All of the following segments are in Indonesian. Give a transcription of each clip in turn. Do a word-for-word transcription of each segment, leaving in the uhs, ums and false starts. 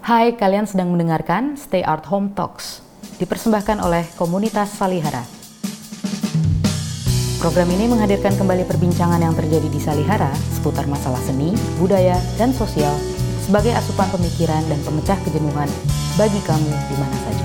Hai, kalian sedang mendengarkan Stay Art Home Talks, dipersembahkan oleh komunitas Salihara. Program ini menghadirkan kembali perbincangan yang terjadi di Salihara seputar masalah seni, budaya, dan sosial sebagai asupan pemikiran dan pemecah kejenuhan bagi kamu di mana saja.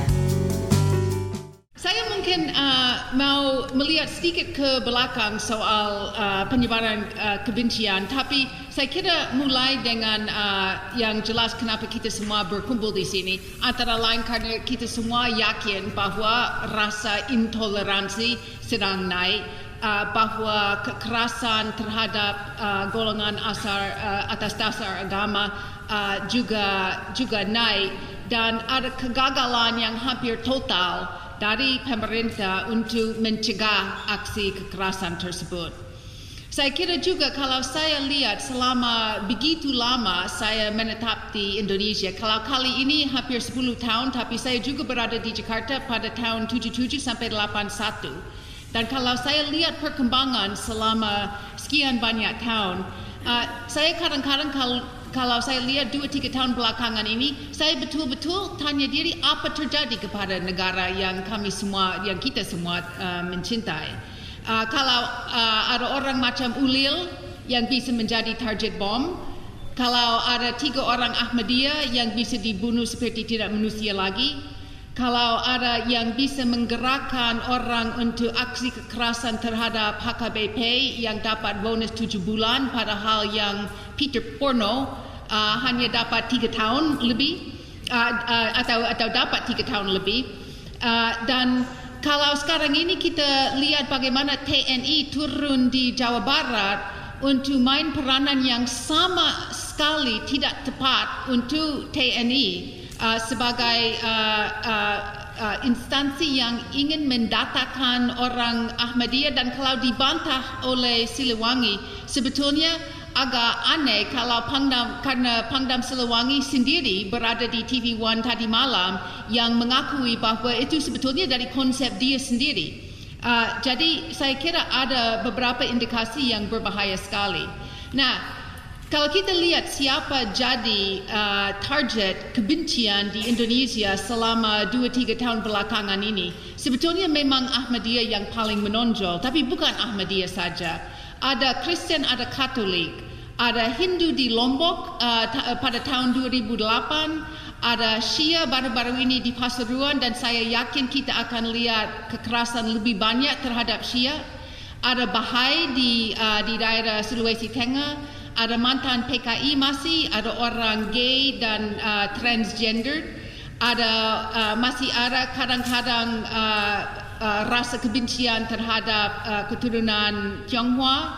Saya mungkin uh, mau melihat sedikit ke belakang soal uh, penyebaran uh, kebencian, tapi saya kira mulai dengan uh, yang jelas kenapa kita semua berkumpul di sini, antara lain karena kita semua yakin bahwa rasa intoleransi sedang naik, uh, bahwa kekerasan terhadap uh, golongan asar uh, atas dasar agama uh, juga juga naik, dan ada kegagalan yang hampir total dari pemerintah untuk mencegah aksi kekerasan tersebut. Saya kira juga kalau saya lihat selama begitu lama saya menetap di Indonesia, kalau kali ini hampir sepuluh tahun, tapi saya juga berada di Jakarta pada tahun tujuh puluh tujuh sampai delapan puluh satu. Dan kalau saya lihat perkembangan selama sekian banyak tahun, uh, saya kadang-kadang kalau Kalau saya lihat dua tiga tahun belakangan ini, saya betul-betul tanya diri apa terjadi kepada negara yang kami semua, yang kita semua uh, mencintai. Uh, kalau uh, ada orang macam Ulil yang bisa menjadi target bom, kalau ada tiga orang Ahmadiyah yang bisa dibunuh seperti tidak manusia lagi, kalau ada yang bisa menggerakkan orang untuk aksi kekerasan terhadap H K B P yang dapat bonus tujuh bulan, padahal yang Peter Porno Uh, hanya dapat tiga tahun lebih uh, uh, atau atau dapat tiga tahun lebih, uh, dan kalau sekarang ini kita lihat bagaimana T N I turun di Jawa Barat untuk main peranan yang sama sekali tidak tepat untuk T N I uh, sebagai uh, uh, uh, instansi yang ingin mendatakan orang Ahmadiyah, dan kalau dibantah oleh Siliwangi sebetulnya agak aneh kalau Pangdam, karena Pangdam Siliwangi sendiri berada di T V One tadi malam yang mengakui bahwa itu sebetulnya dari konsep dia sendiri. Uh, jadi saya kira ada beberapa indikasi yang berbahaya sekali. Nah, kalau kita lihat siapa jadi uh, target kebencian di Indonesia selama dua tiga tahun belakangan ini, sebetulnya memang Ahmadiyah yang paling menonjol, tapi bukan Ahmadiyah saja. Ada Kristen, ada Katolik, ada Hindu di Lombok uh, ta- pada tahun dua ribu delapan, ada Shia baru-baru ini di Pasuruan, dan saya yakin kita akan lihat kekerasan lebih banyak terhadap Shia. Ada Bahai di uh, di daerah Sulawesi Tengah, ada mantan P K I masih, ada orang gay dan uh, transgender, ada uh, masih ada kadang-kadang uh, Uh, rasa kebencian terhadap uh, keturunan Tionghoa,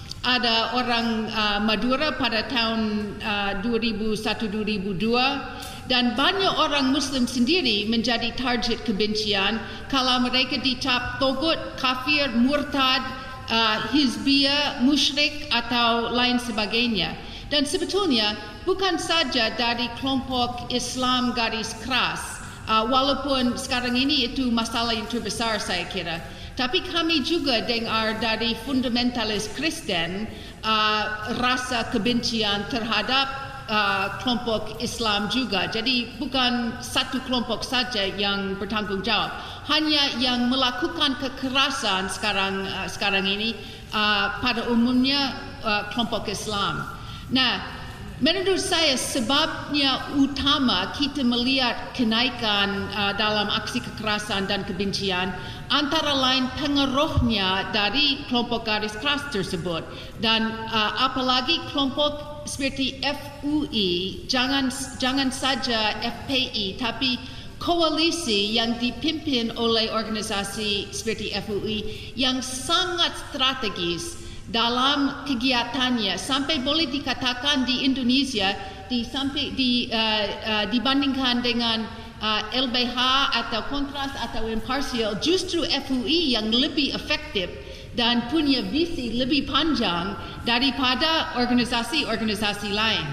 ada orang uh, Madura pada tahun uh, dua ribu satu dua ribu dua, dan banyak orang Muslim sendiri menjadi target kebencian kalau mereka dicap togut, kafir, murtad, uh, hizbiyah, musyrik atau lain sebagainya. Dan sebetulnya bukan saja dari kelompok Islam garis keras, Uh, walaupun sekarang ini itu masalah yang terbesar saya kira, tapi kami juga dengar dari fundamentalis Kristen uh, rasa kebencian terhadap uh, kelompok Islam juga. Jadi bukan satu kelompok saja yang bertanggung jawab, hanya yang melakukan kekerasan sekarang uh, sekarang ini uh, pada umumnya uh, kelompok Islam. Nah, menurut saya sebabnya utama kita melihat kenaikan uh, dalam aksi kekerasan dan kebencian antara lain pengaruhnya dari kelompok garis keras tersebut, dan uh, apalagi kelompok seperti F U I, jangan jangan saja F P I, tapi koalisi yang dipimpin oleh organisasi seperti F U I yang sangat strategis dalam kegiatannya, sampai boleh dikatakan di Indonesia di sampai di uh, uh, dibandingkan dengan uh, L B H atau Kontras atau Imparsial, justru F U I yang lebih efektif dan punya visi lebih panjang daripada organisasi-organisasi lain.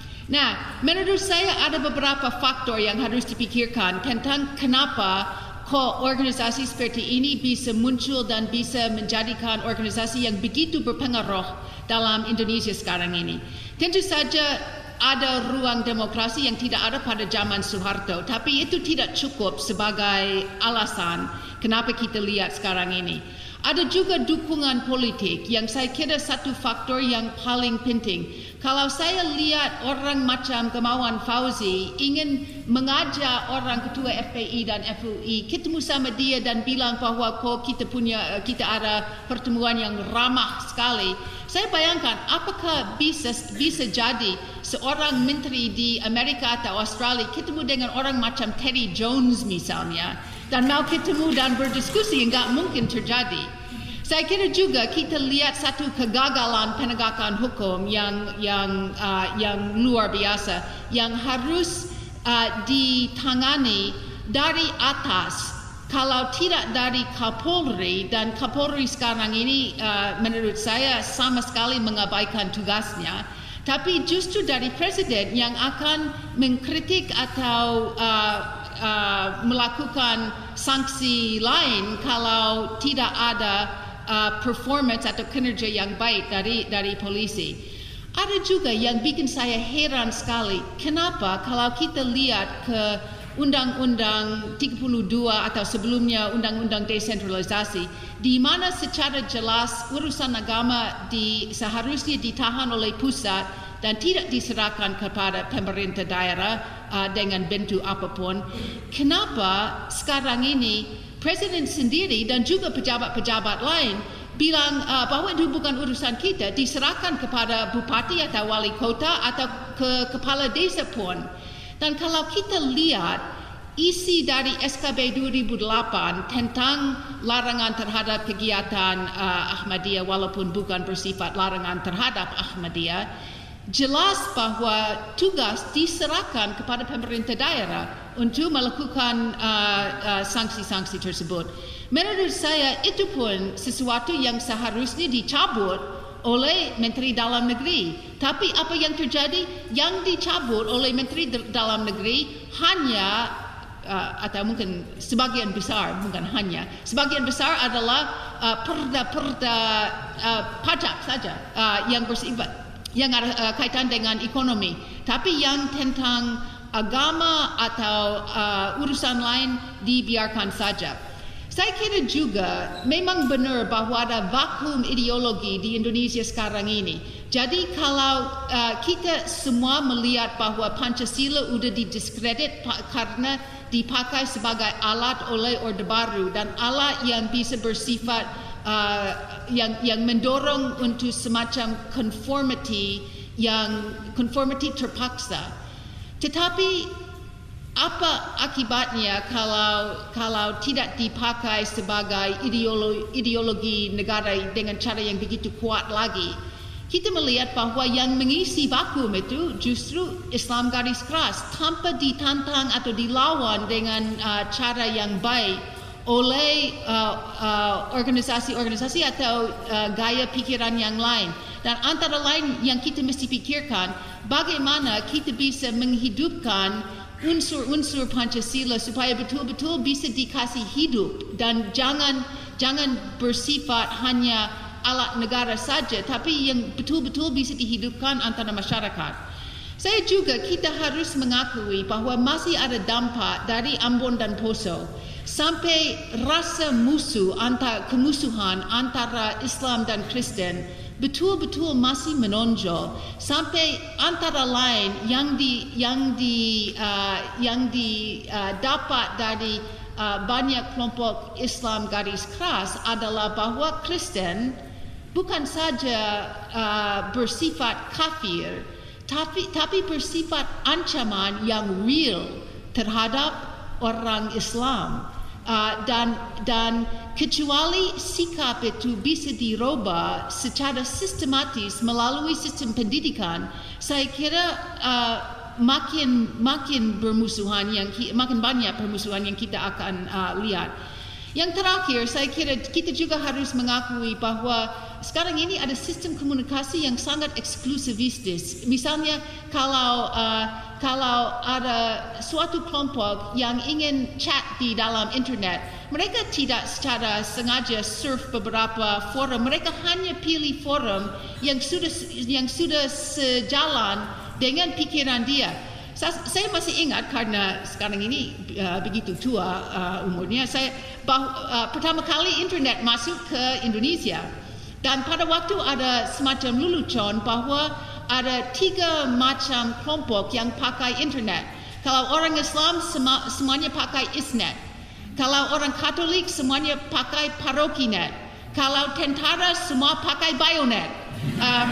Nah, menurut saya ada beberapa faktor yang harus dipikirkan tentang kenapa kok organisasi seperti ini bisa muncul dan bisa menjadikan organisasi yang begitu berpengaruh dalam Indonesia sekarang ini. Tentu saja ada ruang demokrasi yang tidak ada pada zaman Soeharto, tapi itu tidak cukup sebagai alasan kenapa kita lihat sekarang ini. Ada juga dukungan politik yang saya kira satu faktor yang paling penting. Kalau saya lihat orang macam Gamawan Fauzi ingin mengajak orang ketua F P I dan F U I ketemu sama dia dan bilang bahawa kok kita punya kita ada pertemuan yang ramah sekali. Saya bayangkan apakah bisa bisa jadi seorang menteri di Amerika atau Australia ketemu dengan orang macam Terry Jones misalnya dan mau ketemu dan berdiskusi, enggak mungkin terjadi. Saya kira juga kita lihat satu kegagalan penegakan hukum yang yang uh, yang luar biasa yang harus uh, ditangani dari atas. Kalau tidak dari Kapolri, dan Kapolri sekarang ini uh, menurut saya sama sekali mengabaikan tugasnya, tapi justru dari Presiden yang akan mengkritik atau uh, uh, melakukan sanksi lain kalau tidak ada uh, performance atau kinerja yang baik dari dari polisi. Ada juga yang bikin saya heran sekali, kenapa kalau kita lihat ke Undang-Undang tiga puluh dua atau sebelumnya Undang-Undang Desentralisasi, di mana secara jelas urusan agama di, seharusnya ditahan oleh pusat dan tidak diserahkan kepada pemerintah daerah uh, dengan bentuk apapun. Kenapa sekarang ini Presiden sendiri dan juga pejabat-pejabat lain bilang uh, bahwa itu bukan urusan kita, diserahkan kepada bupati atau wali kota atau ke kepala desa pun. Dan kalau kita lihat isi dari S K B dua ribu delapan tentang larangan terhadap kegiatan uh, Ahmadiyah walaupun bukan bersifat larangan terhadap Ahmadiyah, jelas bahwa tugas diserahkan kepada pemerintah daerah untuk melakukan uh, uh, sanksi-sanksi tersebut. Menurut saya itu pun sesuatu yang seharusnya dicabut oleh Menteri Dalam Negeri. Tapi apa yang terjadi? Yang dicabut oleh Menteri Dalam Negeri hanya uh, atau mungkin sebagian besar, bukan hanya, sebagian besar adalah uh, perda-perda uh, pajak saja uh, yang bersifat yang ada uh, kaitan dengan ekonomi. Tapi yang tentang agama atau uh, urusan lain dibiarkan saja. Saya kira juga memang benar bahwa ada vakum ideologi di Indonesia sekarang ini. Jadi kalau uh, kita semua melihat bahwa Pancasila sudah didiskredit karena dipakai sebagai alat oleh Orde Baru dan alat yang bisa bersifat uh, yang yang mendorong untuk semacam conformity yang conformity terpaksa. Tetapi apa akibatnya kalau kalau tidak dipakai sebagai ideologi, ideologi negara dengan cara yang begitu kuat lagi? Kita melihat bahwa yang mengisi vakum itu justru Islam garis keras tanpa ditantang atau dilawan dengan uh, cara yang baik oleh uh, uh, organisasi-organisasi atau uh, gaya pikiran yang lain. Dan antara lain yang kita mesti pikirkan, bagaimana kita bisa menghidupkan unsur-unsur Pancasila supaya betul-betul bisa dikasih hidup dan jangan jangan bersifat hanya alat negara saja, tapi yang betul-betul bisa dihidupkan antara masyarakat. Saya juga kita harus mengakui bahwa masih ada dampak dari Ambon dan Poso sampai rasa musuh antara kemusuhan antara Islam dan Kristen betul-betul masih menonjol sampai antara lain yang di yang di uh, yang didapat uh, dari uh, banyak kelompok Islam garis keras adalah bahwa Kristen bukan saja uh, bersifat kafir, tapi tapi bersifat ancaman yang real terhadap orang Islam. Uh, dan dan kecuali sikap itu bisa dirubah secara sistematis melalui sistem pendidikan, saya kira uh, makin makin bermusuhan yang makin banyak permusuhan yang kita akan uh, lihat. Yang terakhir, saya kira kita juga harus mengakui bahwa sekarang ini ada sistem komunikasi yang sangat eksklusivistis. Misalnya kalau uh, kalau ada suatu kelompok yang ingin chat di dalam internet, mereka tidak secara sengaja surf beberapa forum, mereka hanya pilih forum yang sudah yang sudah sejalan dengan pikiran dia. Saya masih ingat karena sekarang ini uh, begitu tua uh, umurnya, saya bah, uh, pertama kali internet masuk ke Indonesia, dan pada waktu ada semacam lelucon bahwa ada tiga macam kelompok yang pakai internet. Kalau orang Islam sema, semuanya pakai Isnet. Kalau orang Katolik semuanya pakai Parokinet. Kalau tentara semua pakai Bionet. Um,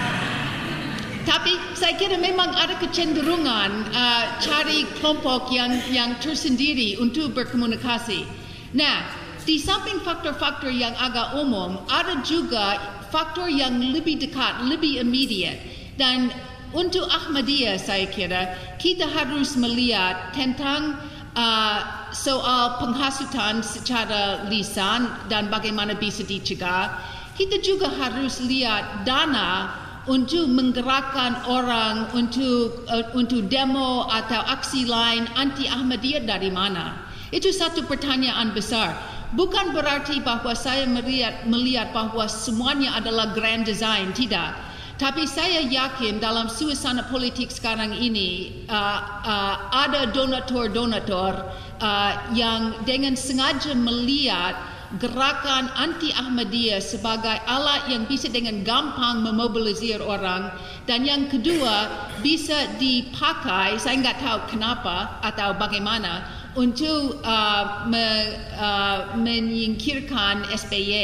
Tapi saya kira memang ada kecenderungan uh, cari kelompok yang yang tersendiri untuk berkomunikasi. Nah, di samping faktor-faktor yang agak umum, ada juga faktor yang lebih dekat, lebih immediate. Dan untuk Ahmadiyah saya kira kita harus melihat tentang uh, soal penghasutan secara lisan dan bagaimana bisa dicegah. Kita juga harus lihat dana untuk menggerakkan orang untuk uh, untuk demo atau aksi lain anti Ahmadiyah dari mana? Itu satu pertanyaan besar. Bukan berarti bahwa saya melihat melihat bahwa semuanya adalah grand design, tidak. Tapi saya yakin dalam suasana politik sekarang ini uh, uh, ada donator-donator uh, yang dengan sengaja melihat gerakan anti Ahmadiyah sebagai alat yang bisa dengan gampang memobilisir orang, dan yang kedua bisa dipakai, saya nggak tahu kenapa atau bagaimana, untuk uh, me, uh, menyingkirkan S B Y,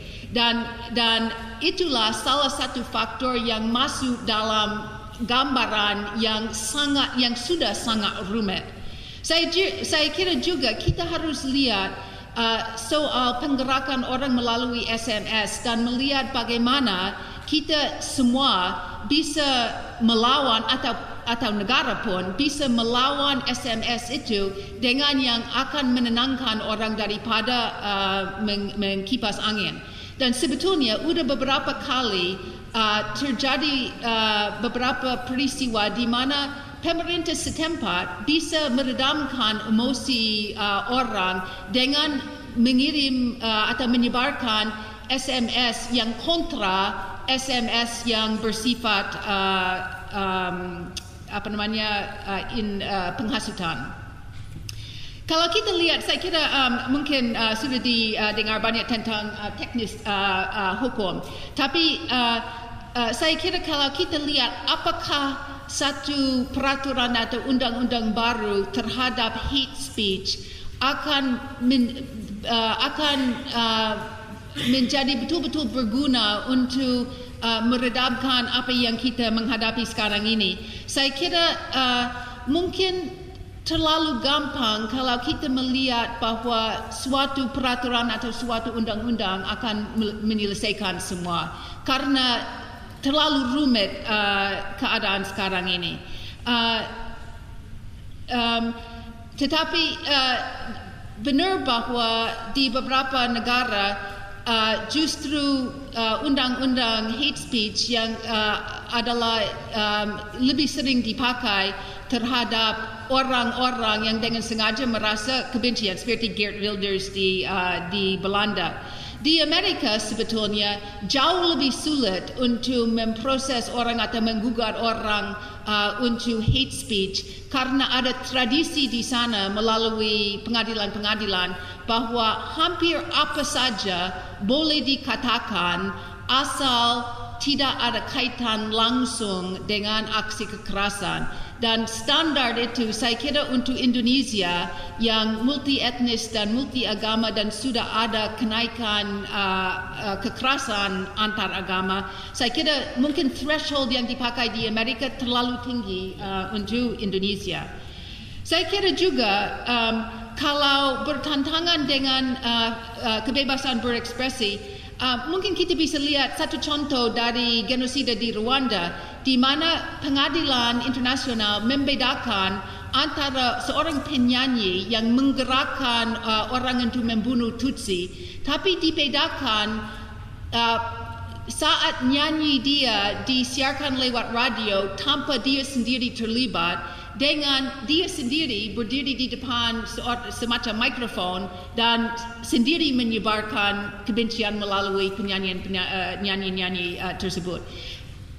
dan dan itulah salah satu faktor yang masuk dalam gambaran yang sangat yang sudah sangat rumit. Saya saya kira juga kita harus lihat Uh, soal penggerakan orang melalui S M S dan melihat bagaimana kita semua bisa melawan atau atau negara pun bisa melawan S M S itu dengan yang akan menenangkan orang daripada uh, meng, mengkipas angin. Dan sebetulnya sudah beberapa kali uh, terjadi uh, beberapa peristiwa di mana pemerintah setempat bisa meredamkan emosi uh, orang dengan mengirim uh, atau menyebarkan S M S yang kontra S M S yang bersifat uh, um, apa namanya uh, in uh, penghasutan. Kalau kita lihat, saya kira um, mungkin uh, sudah didengar uh, banyak tentang uh, teknis uh, uh, hukum, tapi uh, uh, saya kira kalau kita lihat apakah satu peraturan atau undang-undang baru terhadap hate speech akan men, uh, akan uh, menjadi betul-betul berguna untuk uh, meredamkan apa yang kita menghadapi sekarang ini. Saya kira uh, mungkin terlalu gampang kalau kita melihat bahwa suatu peraturan atau suatu undang-undang akan menyelesaikan semua, karena terlalu rumit uh, keadaan sekarang ini. Uh, um, tetapi uh, benar bahwa di beberapa negara uh, justru uh, undang-undang hate speech yang uh, adalah um, lebih sering dipakai terhadap orang-orang yang dengan sengaja merasa kebencian, seperti Geert Wilders di uh, di Belanda. Di Amerika sebetulnya jauh lebih sulit untuk memproses orang atau menggugat orang uh, untuk hate speech, karena ada tradisi di sana melalui pengadilan-pengadilan bahwa hampir apa saja boleh dikatakan asal tidak ada kaitan langsung dengan aksi kekerasan. Dan standar itu saya kira untuk Indonesia yang multi etnis dan multi agama dan sudah ada kenaikan uh, uh, kekerasan antar agama, saya kira mungkin threshold yang dipakai di Amerika terlalu tinggi uh, untuk Indonesia. Saya kira juga um, kalau bertentangan dengan uh, uh, kebebasan berekspresi, Uh, mungkin kita bisa lihat satu contoh dari genosida di Rwanda, di mana pengadilan internasional membedakan antara seorang penyanyi yang menggerakkan uh, orang untuk membunuh Tutsi, tapi dibedakan uh, saat nyanyi dia disiarkan lewat radio tanpa dia sendiri terlibat, dengan dia sendiri berdiri di depan semacam mikrofon dan sendiri menyebarkan kebencian melalui penyanyian-nyanyi uh, tersebut.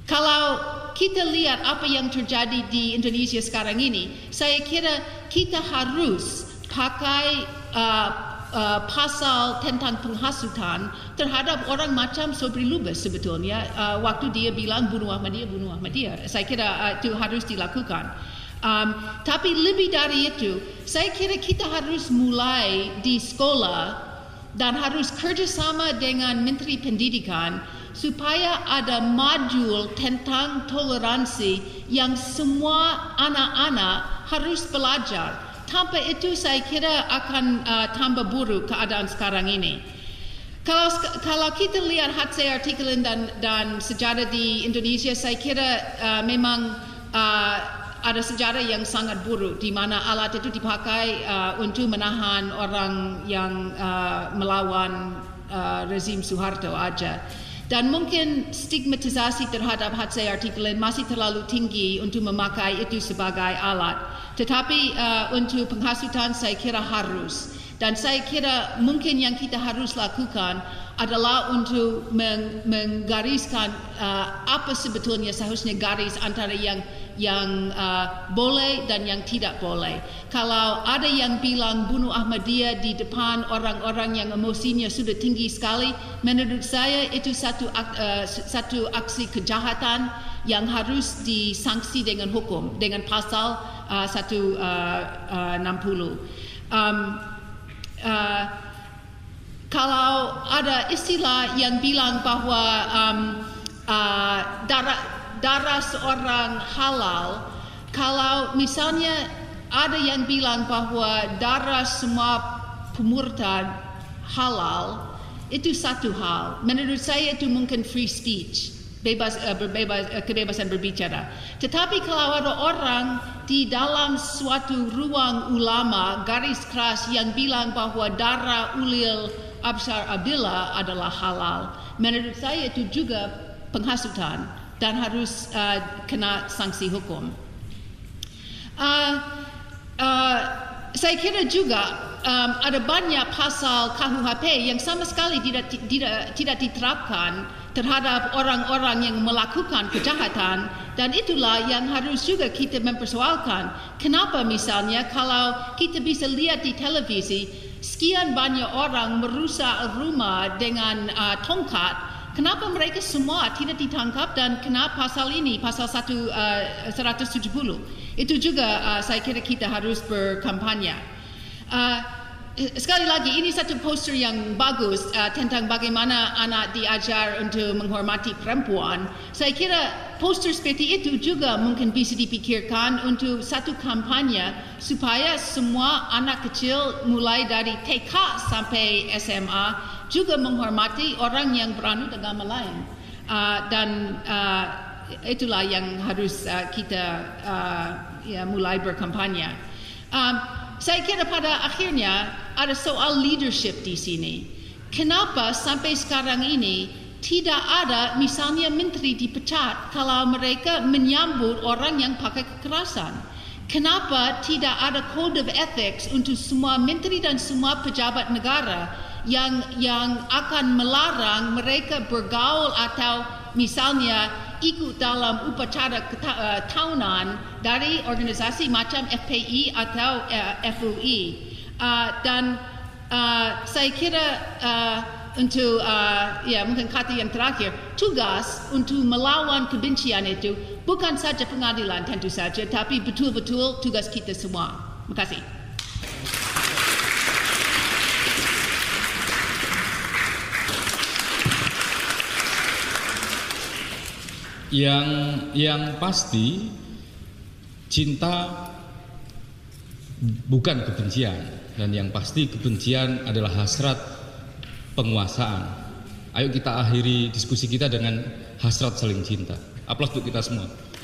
Kalau kita lihat apa yang terjadi di Indonesia sekarang ini, saya kira kita harus pakai uh, uh, pasal tentang penghasutan terhadap orang macam Sobri Lubis sebetulnya. Uh, waktu dia bilang bunuh Ahmadiyah, bunuh Ahmadiyah. Saya kira uh, itu harus dilakukan. Um, tapi lebih dari itu, saya kira kita harus mulai di sekolah dan harus kerjasama dengan Menteri Pendidikan supaya ada modul tentang toleransi yang semua anak-anak harus belajar. Tanpa itu saya kira akan uh, tambah buruk keadaan sekarang ini. Kalau kalau kita lihat hasil artikel dan dan sejarah di Indonesia, saya kira uh, memang uh, ada sejarah yang sangat buruk di mana alat itu dipakai uh, untuk menahan orang yang uh, melawan uh, rezim Soeharto aja. Dan mungkin stigmatisasi terhadap hasil artikel masih terlalu tinggi untuk memakai itu sebagai alat. Tetapi uh, untuk penghasutan saya kira harus. Dan saya kira mungkin yang kita harus lakukan adalah untuk meng menggariskan uh, apa sebetulnya seharusnya garis antara yang yang uh, boleh dan yang tidak boleh. Kalau ada yang bilang bunuh Ahmadiyah di depan orang-orang yang emosinya sudah tinggi sekali, menurut saya itu satu uh, satu aksi kejahatan yang harus disangsi dengan hukum, dengan pasal uh, seratus enam puluh. Um, uh, kalau ada istilah yang bilang bahwa um, uh, darah darah seorang halal, kalau misalnya ada yang bilang bahwa darah semua pemurtad halal, itu satu hal. Menurut saya itu mungkin free speech, bebas, uh, berbebas, uh, kebebasan berbicara. Tetapi kalau ada orang di dalam suatu ruang ulama garis keras yang bilang bahwa darah Ulil Absar Abdillah adalah halal, menurut saya itu juga penghasutan dan harus uh, kena sanksi hukum. Uh, uh, saya kira juga um, ada banyak pasal K U H P yang sama sekali tidak tidak tidak diterapkan terhadap orang-orang yang melakukan kejahatan, dan itulah yang harus juga kita mempersoalkan. Kenapa misalnya kalau kita bisa lihat di televisi sekian banyak orang merusak rumah dengan uh, tongkat, kenapa mereka semua tidak ditangkap dan kena pasal ini, pasal satu, uh, seratus tujuh puluh. Itu juga uh, saya kira kita harus berkampanye. Uh, sekali lagi, ini satu poster yang bagus uh, tentang bagaimana anak diajar untuk menghormati perempuan. Saya kira poster seperti itu juga mungkin bisa dipikirkan untuk satu kampanye supaya semua anak kecil mulai dari T K sampai S M A juga menghormati orang yang beranut agama lain. Uh, dan uh, itulah yang harus uh, kita uh, ya, mulai berkampanye. Um, saya kira pada akhirnya ada soal leadership di sini. Kenapa sampai sekarang ini tidak ada misalnya menteri dipecat kalau mereka menyambut orang yang pakai kekerasan? Kenapa tidak ada code of ethics untuk semua menteri dan semua pejabat negara yang yang akan melarang mereka bergaul atau misalnya ikut dalam upacara uh, tahunan dari organisasi macam F P I atau uh, F U I. Uh, dan uh, saya kira uh, untuk uh, ya mungkin kata yang terakhir, tugas untuk melawan kebencian itu bukan saja pengadilan tentu saja, tapi betul-betul tugas kita semua. Terima kasih. Yang yang pasti cinta bukan kebencian, dan yang pasti kebencian adalah hasrat penguasaan. Ayo kita akhiri diskusi kita dengan hasrat saling cinta. Aplaus untuk kita semua.